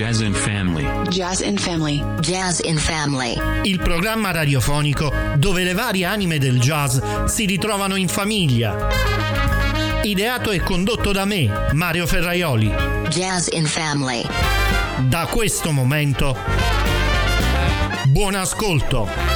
Jazz in Family. Jazz in Family. Jazz in Family. Il programma radiofonico dove le varie anime del jazz si ritrovano in famiglia. Ideato e condotto da me, Mario Ferraioli. Jazz in Family. Da questo momento, buon ascolto.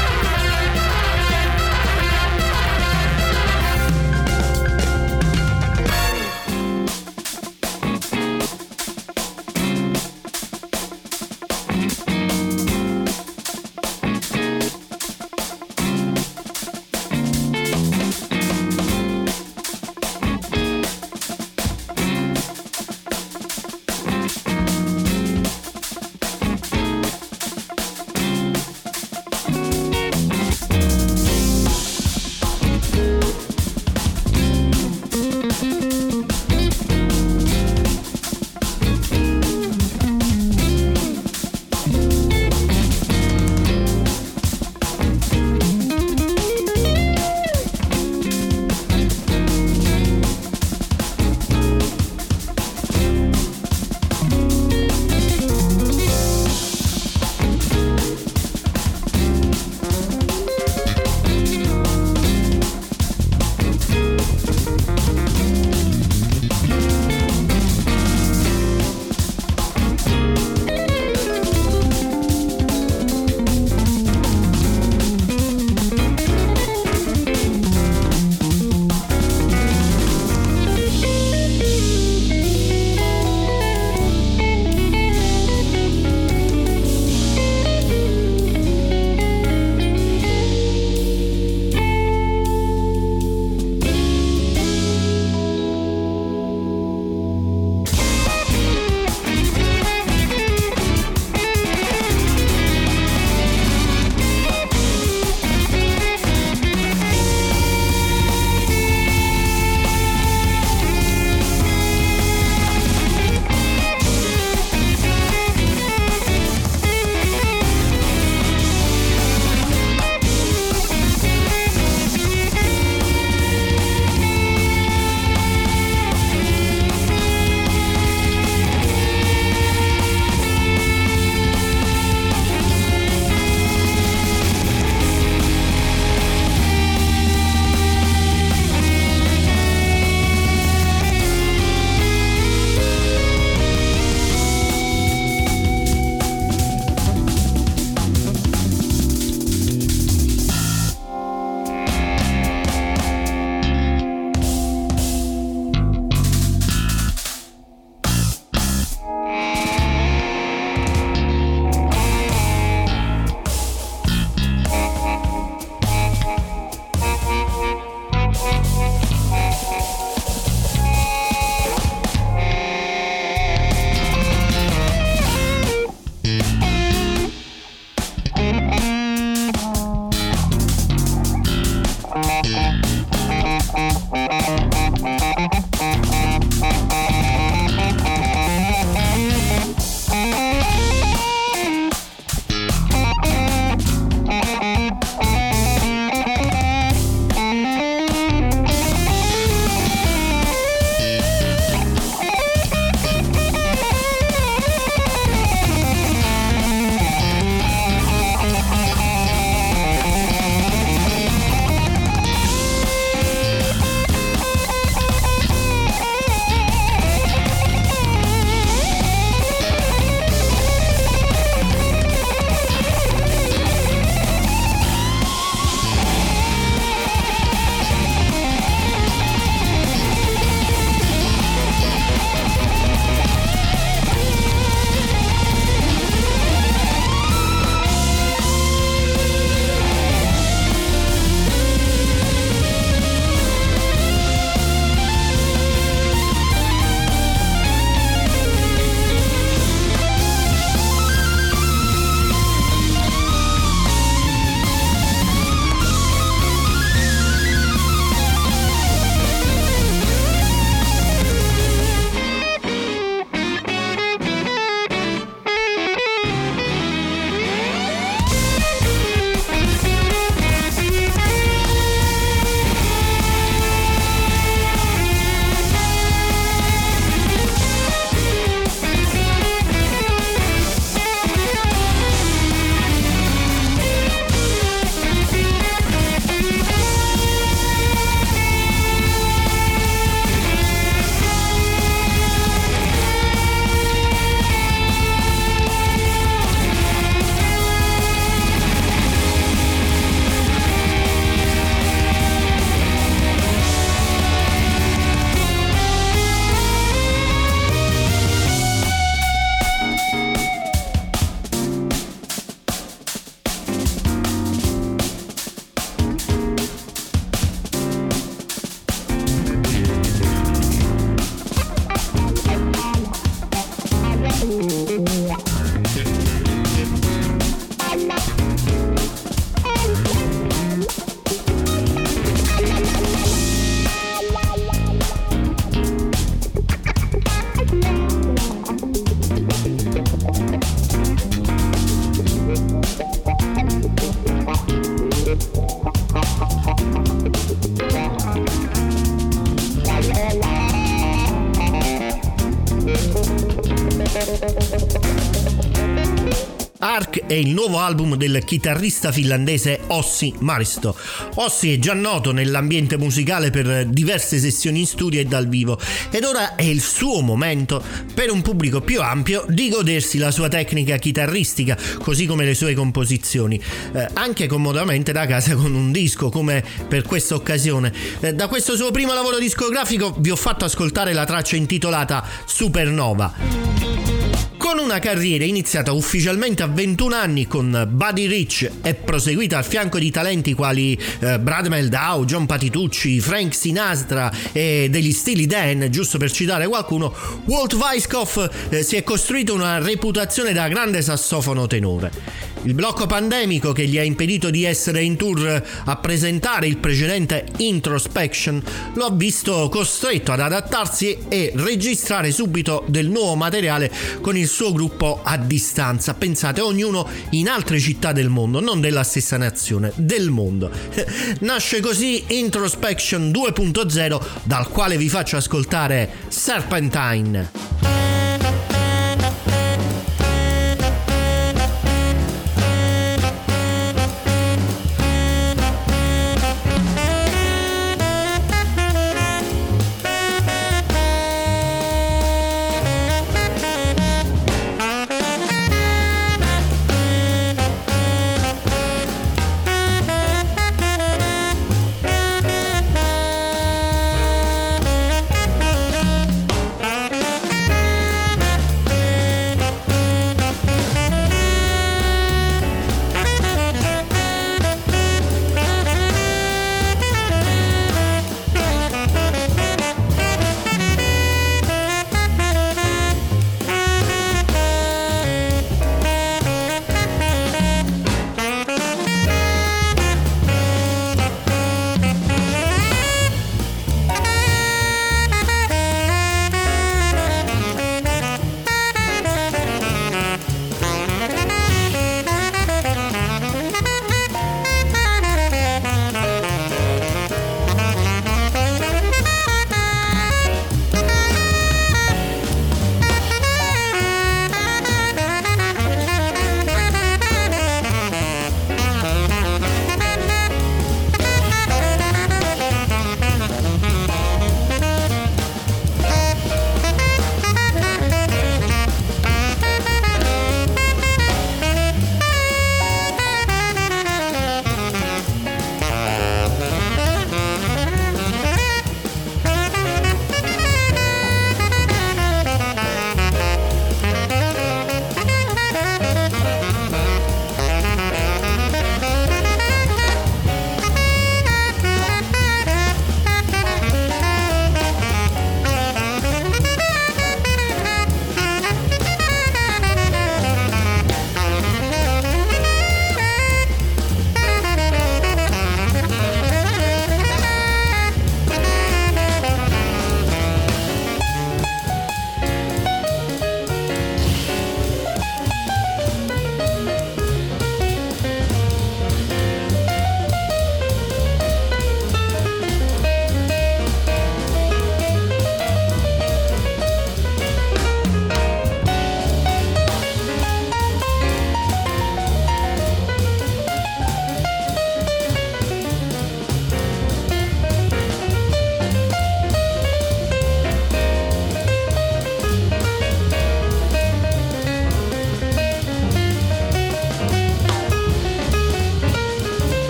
Ark è il nuovo album del chitarrista finlandese Ossi Maristo. Ossi è già noto nell'ambiente musicale per diverse sessioni in studio e dal vivo, ed ora è il suo momento per un pubblico più ampio di godersi la sua tecnica chitarristica, così come le sue composizioni, anche comodamente da casa con un disco, come per questa occasione. Da questo suo primo lavoro discografico vi ho fatto ascoltare la traccia intitolata Supernova. Con una carriera iniziata ufficialmente a 21 anni con Buddy Rich e proseguita al fianco di talenti quali Brad Meldau, John Patitucci, Frank Sinatra e degli Steely Dan, giusto per citare qualcuno, Walt Weiskopf si è costruito una reputazione da grande sassofono tenore. Il blocco pandemico che gli ha impedito di essere in tour a presentare il precedente Introspection lo ha visto costretto ad adattarsi e registrare subito del nuovo materiale con il suo gruppo a distanza. Pensate, ognuno in altre città del mondo, non della stessa nazione, del mondo. Nasce così Introspection 2.0, dal quale vi faccio ascoltare Serpentine.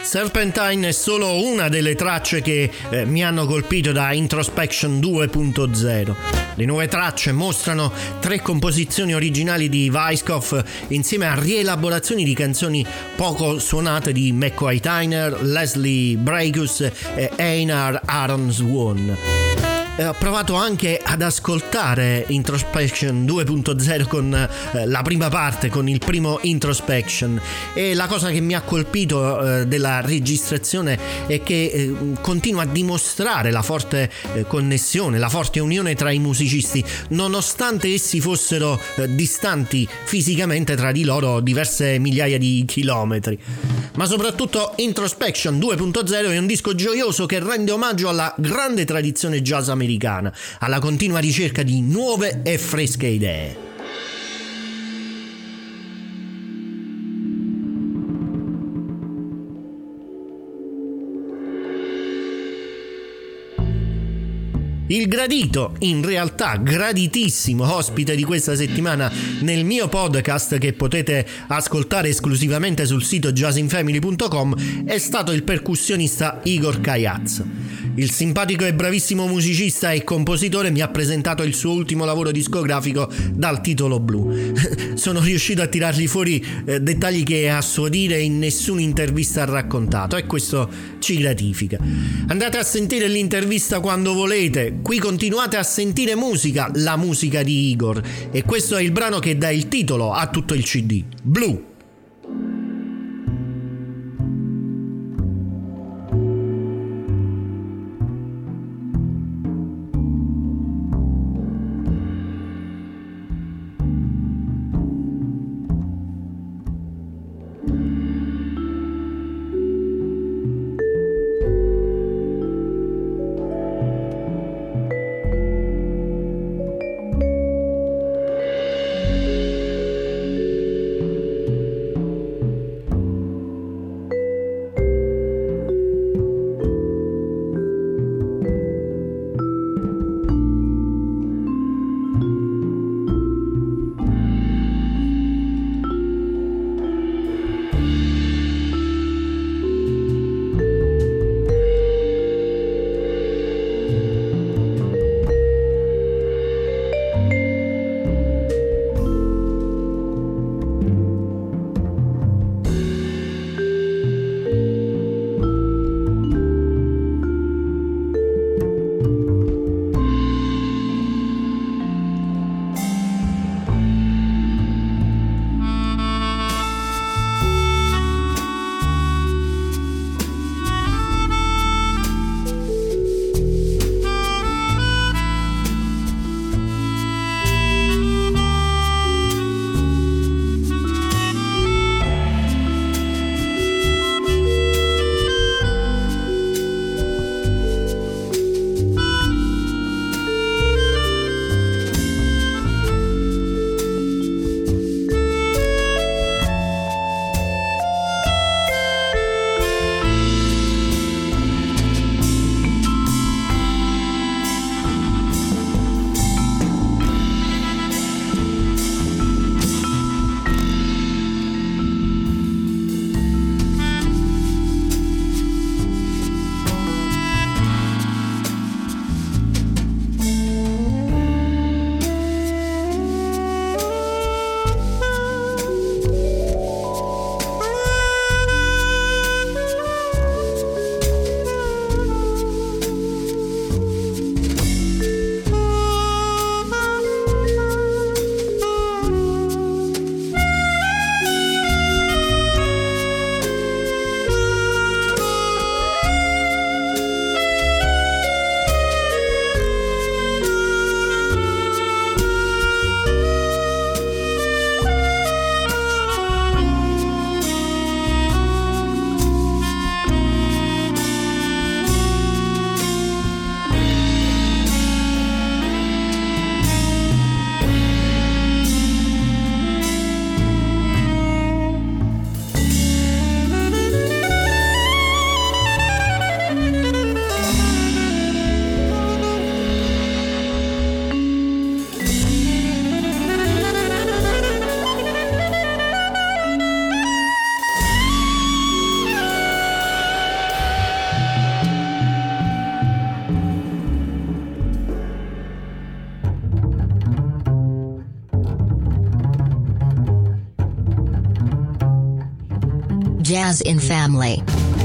Serpentine è solo una delle tracce che mi hanno colpito da Introspection 2.0. Le nuove tracce mostrano 3 composizioni originali di Weiskopf insieme a rielaborazioni di canzoni poco suonate di McCoy Tyner, Leslie Bracus e Einar Aronswon. Ho provato anche ad ascoltare Introspection 2.0 con la prima parte, con il primo Introspection, e la cosa che mi ha colpito della registrazione è che continua a dimostrare la forte connessione, la forte unione tra i musicisti, nonostante essi fossero distanti fisicamente tra di loro diverse migliaia di chilometri. Ma soprattutto Introspection 2.0 è un disco gioioso che rende omaggio alla grande tradizione jazz americana, alla continua ricerca di nuove e fresche idee. Il gradito, in realtà graditissimo ospite di questa settimana nel mio podcast, che potete ascoltare esclusivamente sul sito jazzinfamily.com, è stato il percussionista Igor Kayaz. Il simpatico e bravissimo musicista e compositore mi ha presentato il suo ultimo lavoro discografico dal titolo Blue. Sono riuscito a tirargli fuori dettagli che a suo dire in nessuna intervista ha raccontato, e questo ci gratifica. Andate a sentire l'intervista quando volete. Qui continuate a sentire musica, la musica di Igor, e questo è il brano che dà il titolo a tutto il CD, Blue. Jazz in Family.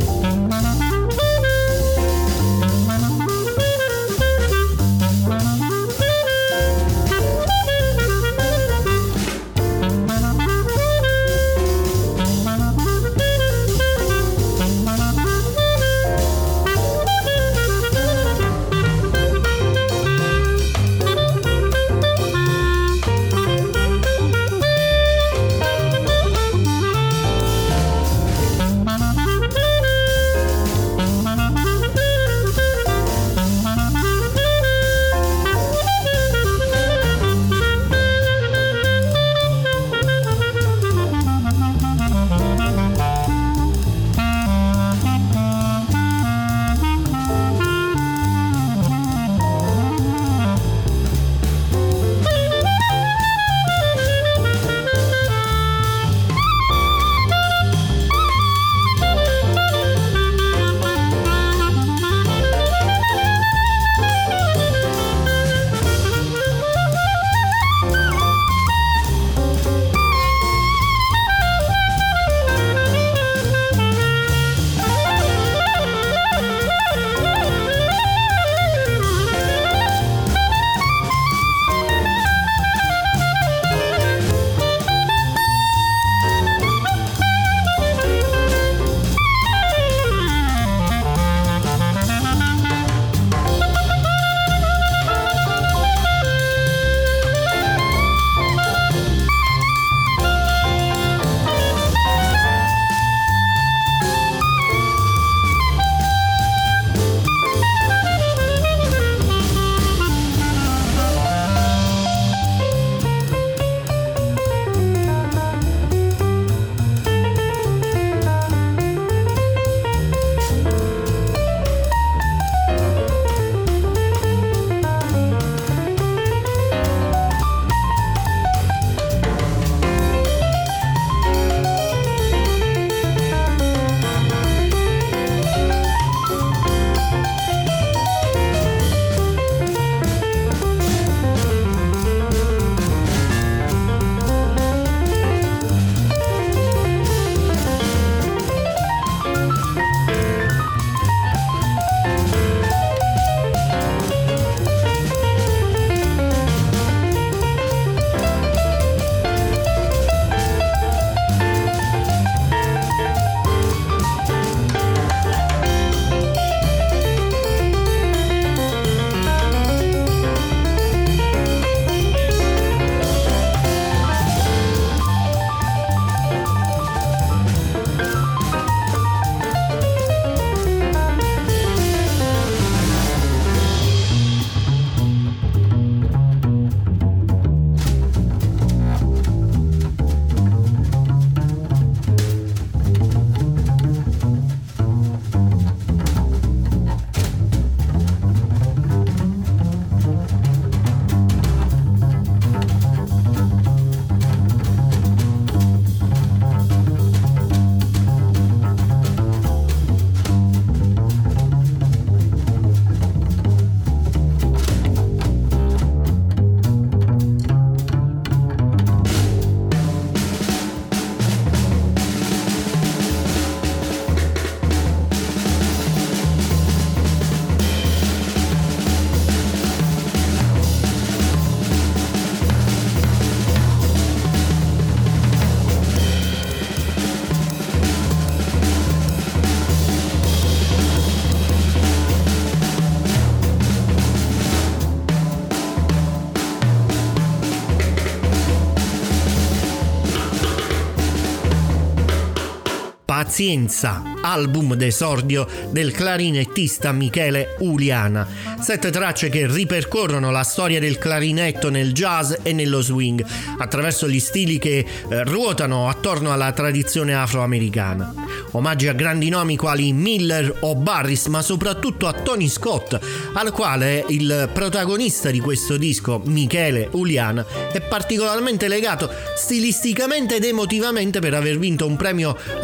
Pazienza, album d'esordio del clarinettista Michele Uliana. 7 tracce che ripercorrono la storia del clarinetto nel jazz e nello swing, attraverso gli stili che ruotano attorno alla tradizione afroamericana. Omaggi a grandi nomi quali Miller o Barris, ma soprattutto a Tony Scott, al quale il protagonista di questo disco, Michele Uliana, è particolarmente legato stilisticamente ed emotivamente per aver vinto un premio a suo nome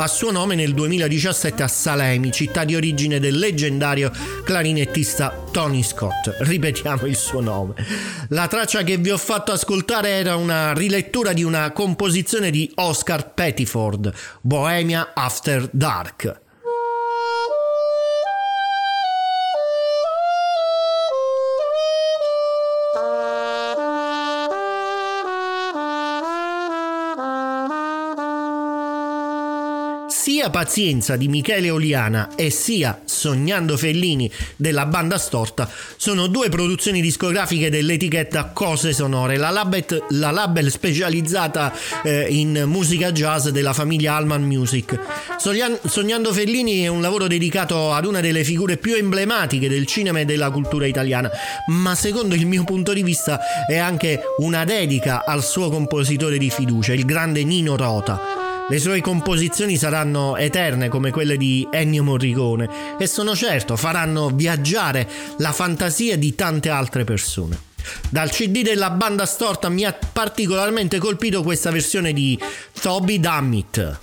nome nel 2017 a Salemi, città di origine del leggendario clarinettista Tony Scott. Ripetiamo il suo nome. La traccia che vi ho fatto ascoltare era una rilettura di una composizione di Oscar Pettiford, Bohemia After Dark. Sia Pazienza di Michele Oliana e sia Sognando Fellini della Banda Storta sono due produzioni discografiche dell'etichetta Cose Sonore, la label specializzata in musica jazz della famiglia Allman Music. Sognando Fellini è un lavoro dedicato ad una delle figure più emblematiche del cinema e della cultura italiana, ma secondo il mio punto di vista è anche una dedica al suo compositore di fiducia, il grande Nino Rota. Le sue composizioni saranno eterne come quelle di Ennio Morricone e sono certo faranno viaggiare la fantasia di tante altre persone. Dal CD della Banda Storta mi ha particolarmente colpito questa versione di Toby Dammit.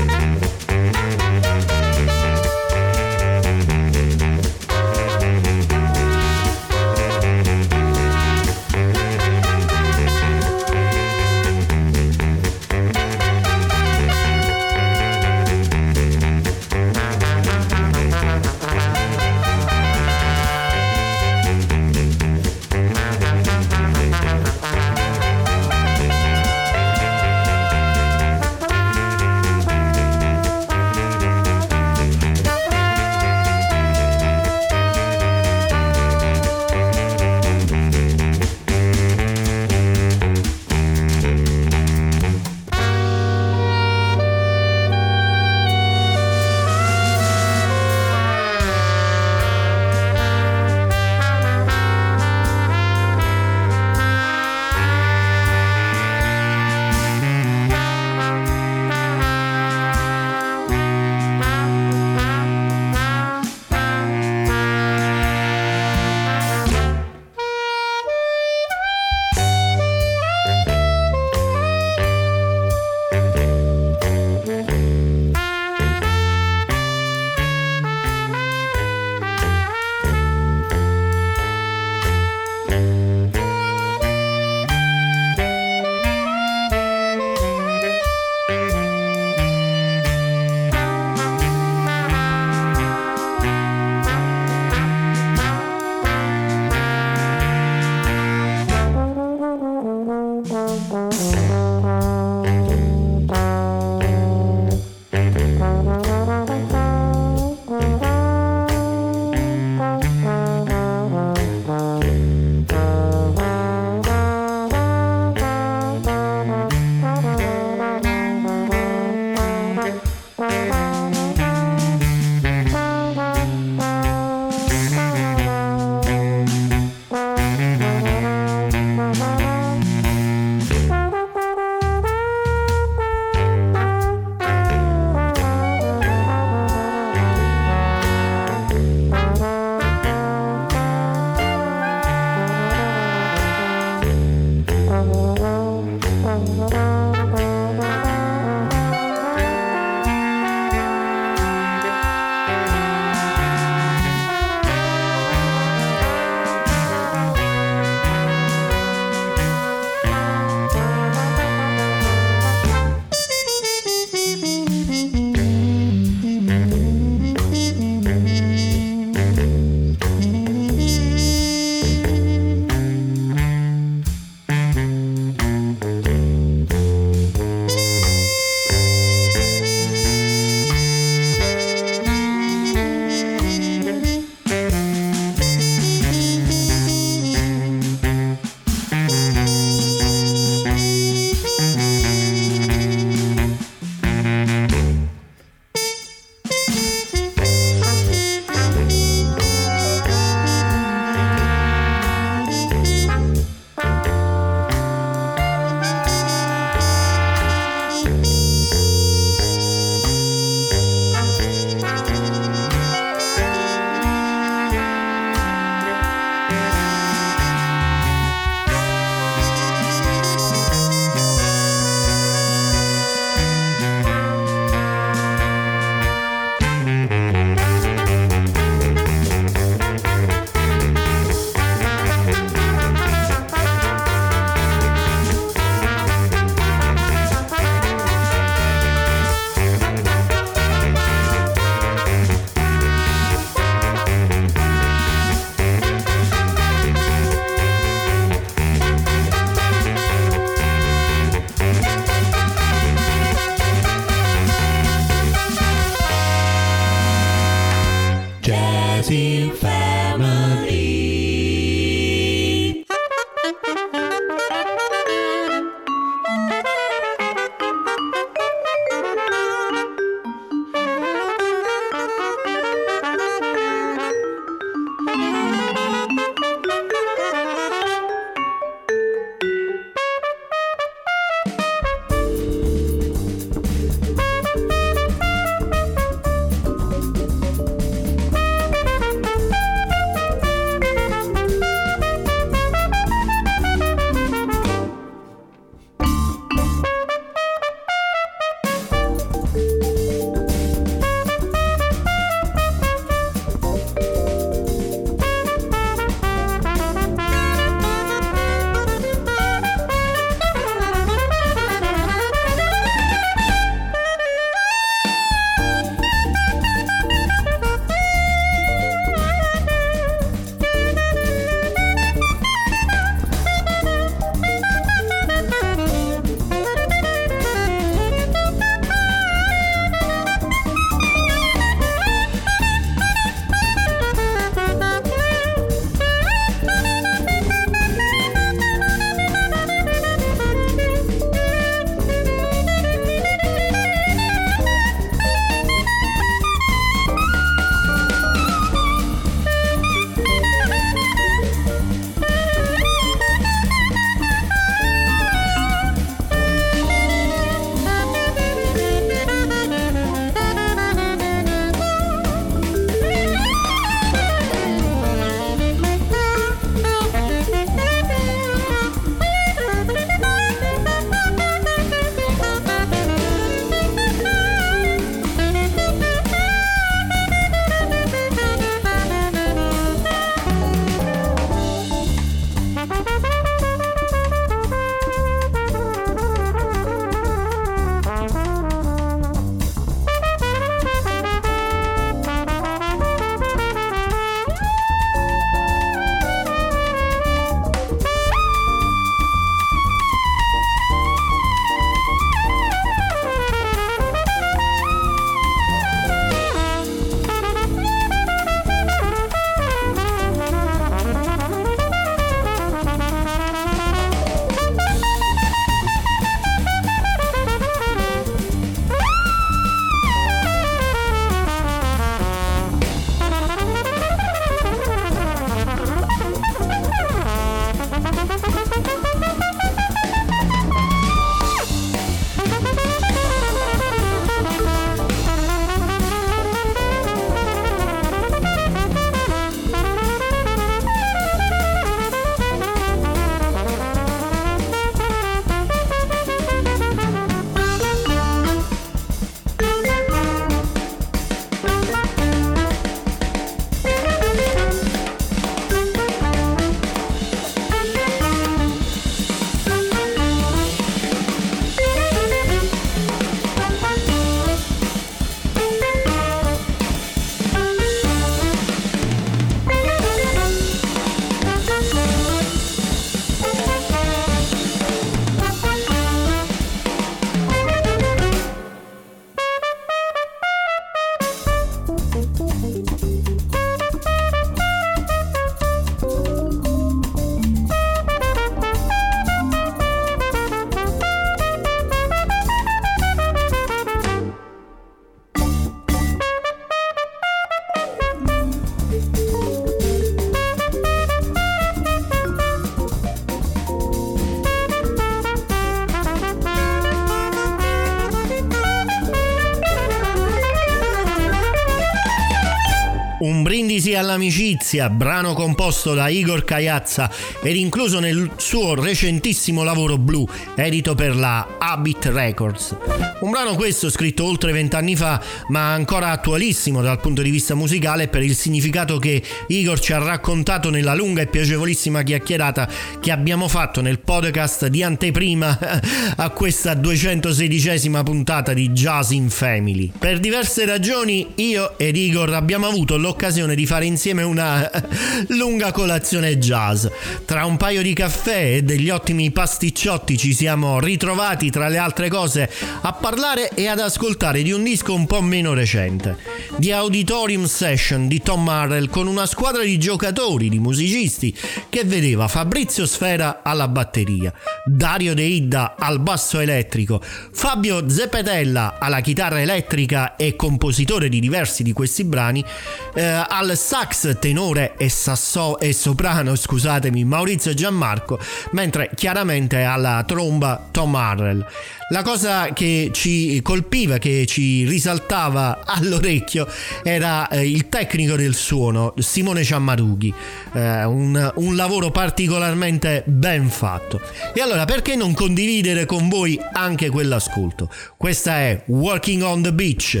Scusi all'amicizia, brano composto da Igor Caiazza ed incluso nel suo recentissimo lavoro Blue, edito per la Habit Records. Un brano questo scritto oltre 20 anni fa, ma ancora attualissimo dal punto di vista musicale per il significato che Igor ci ha raccontato nella lunga e piacevolissima chiacchierata che abbiamo fatto nel podcast di anteprima a questa 216esima puntata di Jazz in Family. Per diverse ragioni io ed Igor abbiamo avuto l'occasione di fare insieme una lunga colazione jazz. Tra un paio di caffè e degli ottimi pasticciotti ci siamo ritrovati, tra le altre cose, a parlare e ad ascoltare di un disco un po' meno recente, The Auditorium Session di Tom Marrell, con una squadra di giocatori, di musicisti, che vedeva Fabrizio Sfera alla batteria, Dario De Idda al basso elettrico, Fabio Zepetella alla chitarra elettrica e compositore di diversi di questi brani, al sax tenore e soprano, Maurizio Gianmarco, mentre chiaramente alla tromba Tom Marrell. La cosa che ci colpiva, che ci risaltava all'orecchio, era il tecnico del suono, Simone Ciammarughi, un lavoro particolarmente ben fatto. E allora perché non condividere con voi anche quell'ascolto? Questa è Walking on the Beach.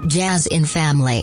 Jazz in Family.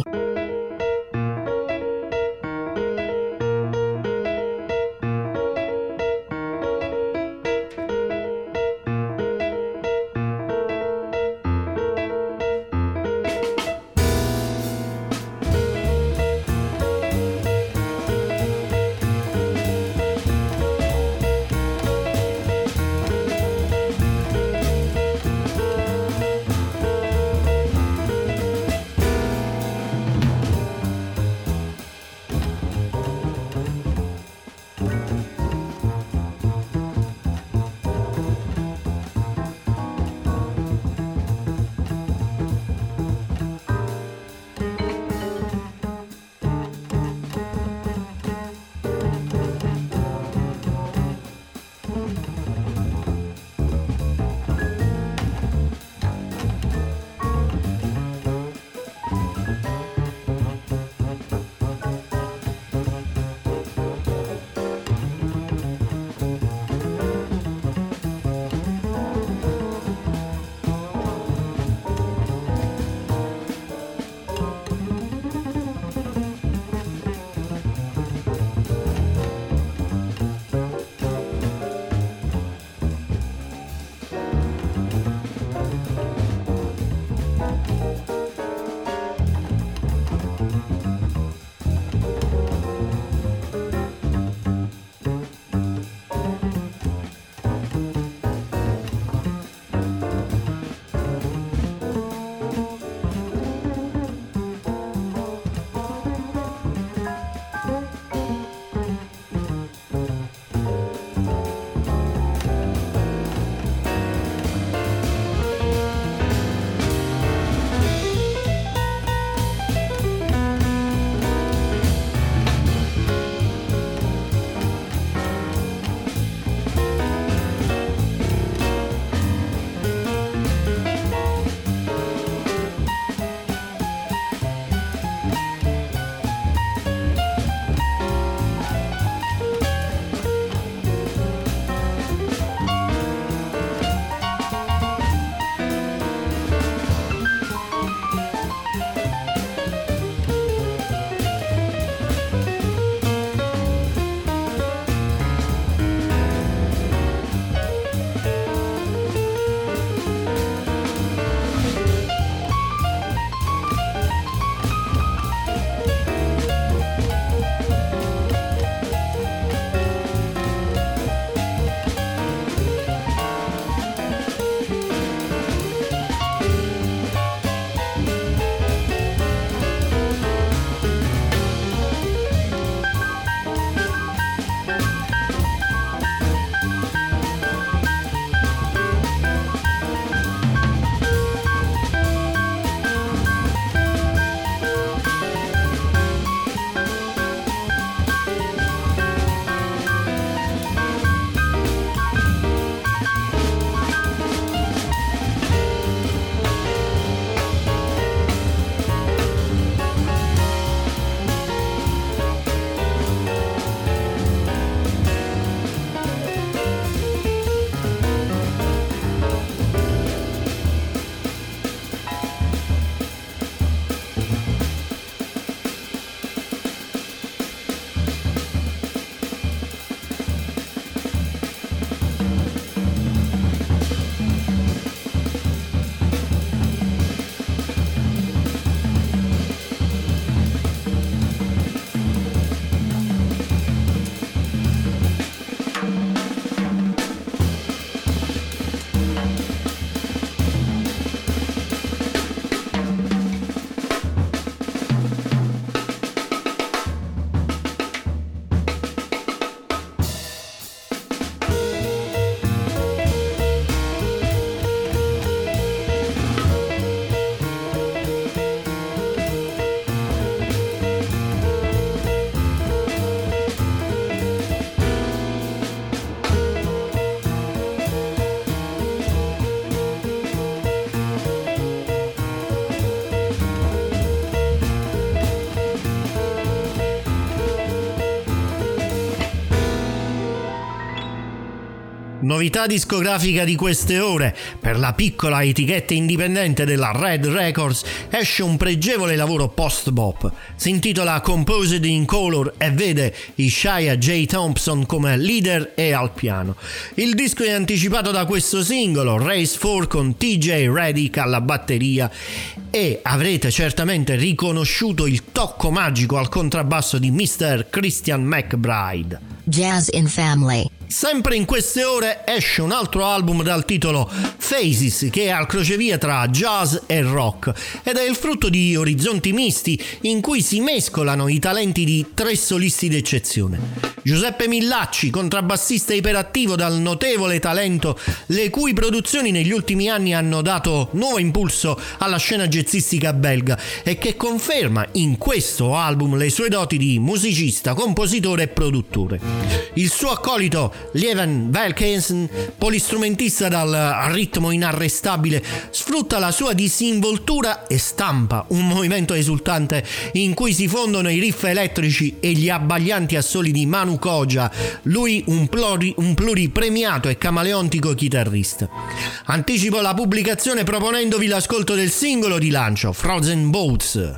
Novità discografica di queste ore: per la piccola etichetta indipendente della Red Records esce un pregevole lavoro post-bop. Si intitola Composed in Color e vede Shia J. Thompson come leader e al piano. Il disco è anticipato da questo singolo, Race 4, con TJ Reddick alla batteria, e avrete certamente riconosciuto il tocco magico al contrabbasso di Mr. Christian McBride. Jazz in Family. Sempre in queste ore esce un altro album dal titolo Phases, che è al crocevia tra jazz e rock ed è il frutto di orizzonti misti in cui si mescolano i talenti di tre solisti d'eccezione. Giuseppe Millacci, contrabbassista iperattivo dal notevole talento, le cui produzioni negli ultimi anni hanno dato nuovo impulso alla scena jazzistica belga e che conferma in questo album le sue doti di musicista, compositore e produttore. Il suo accolito Lieven Velkensen, polistrumentista dal ritmo inarrestabile, sfrutta la sua disinvoltura e stampa un movimento esultante in cui si fondono i riff elettrici e gli abbaglianti assoli di Manu Koja, lui un pluripremiato e camaleontico chitarrista. Anticipo la pubblicazione proponendovi l'ascolto del singolo di lancio, Frozen Boats.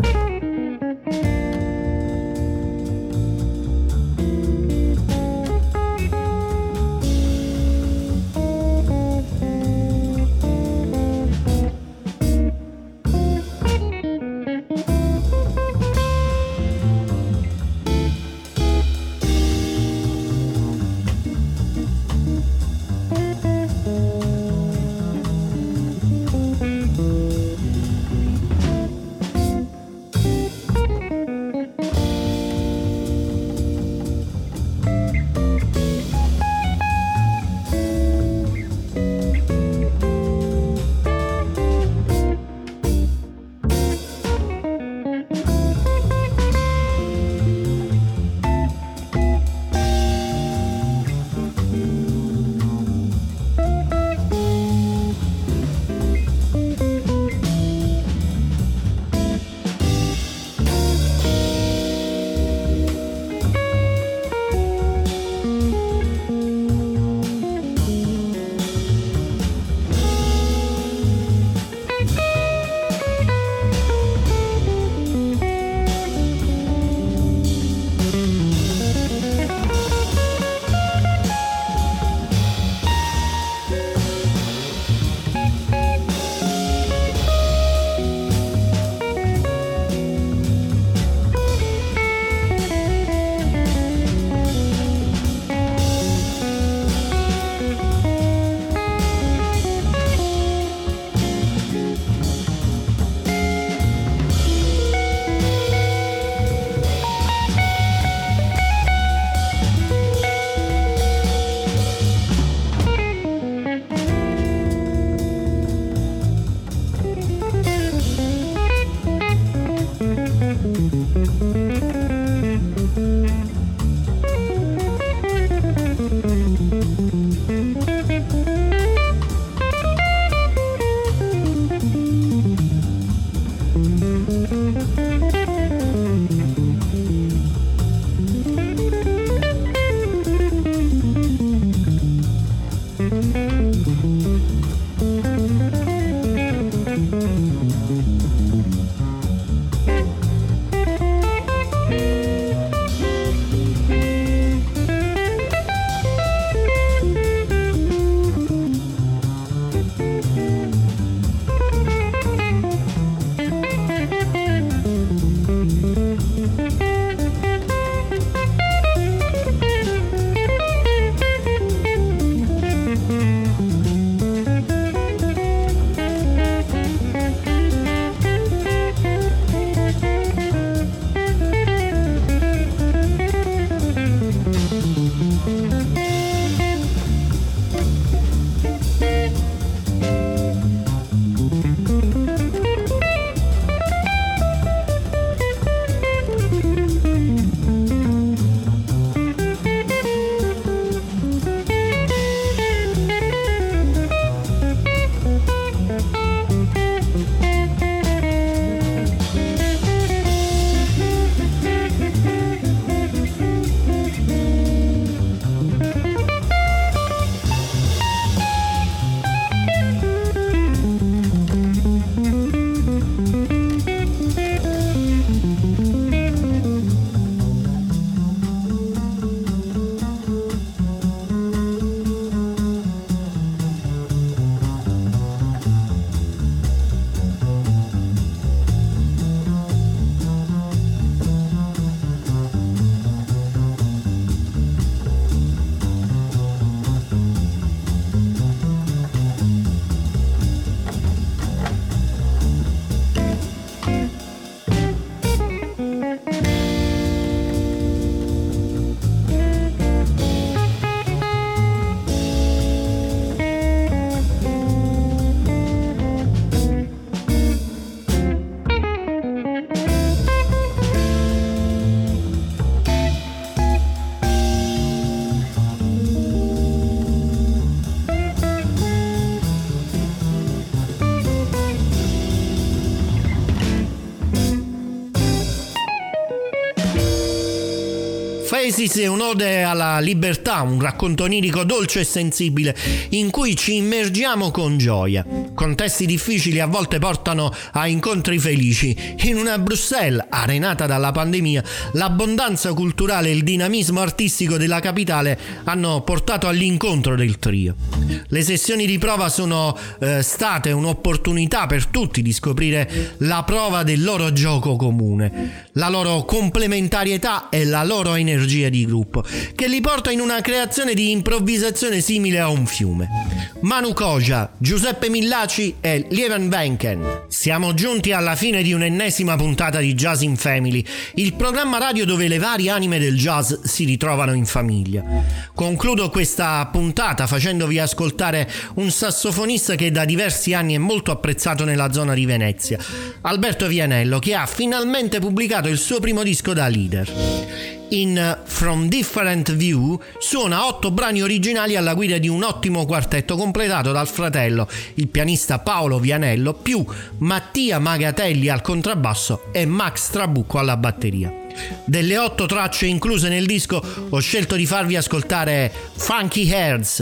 Faces è un'ode alla libertà, un racconto onirico dolce e sensibile in cui ci immergiamo con gioia. Contesti difficili a volte portano a incontri felici. In una Bruxelles arenata dalla pandemia, l'abbondanza culturale e il dinamismo artistico della capitale hanno portato all'incontro del trio. Le sessioni di prova sono state un'opportunità per tutti di scoprire la prova del loro gioco comune, la loro complementarietà e la loro energia di gruppo, che li porta in una creazione di improvvisazione simile a un fiume. Manu Koja, Giuseppe Millaci e Lieven Wenken. Siamo giunti alla fine di un'ennesima puntata di Jazz in Family, il programma radio dove le varie anime del jazz si ritrovano in famiglia. Concludo questa puntata facendovi ascoltare un sassofonista che da diversi anni è molto apprezzato nella zona di Venezia, Alberto Vianello, che ha finalmente pubblicato il suo primo disco da leader. In From Different View suona 8 brani originali alla guida di un ottimo quartetto completato dal fratello, il pianista Paolo Vianello, più Mattia Magatelli al contrabbasso e Max Trabucco alla batteria. Delle 8 tracce incluse nel disco ho scelto di farvi ascoltare Funky Herds.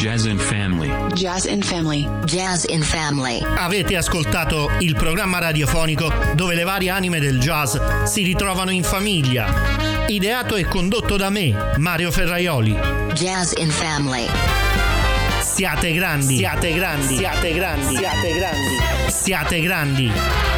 Jazz in Family. Jazz in Family. Jazz in Family. Avete ascoltato il programma radiofonico dove le varie anime del jazz si ritrovano in famiglia. Ideato e condotto da me, Mario Ferraioli. Jazz in Family. Siate grandi, siate grandi, siate grandi, siate grandi, siate grandi.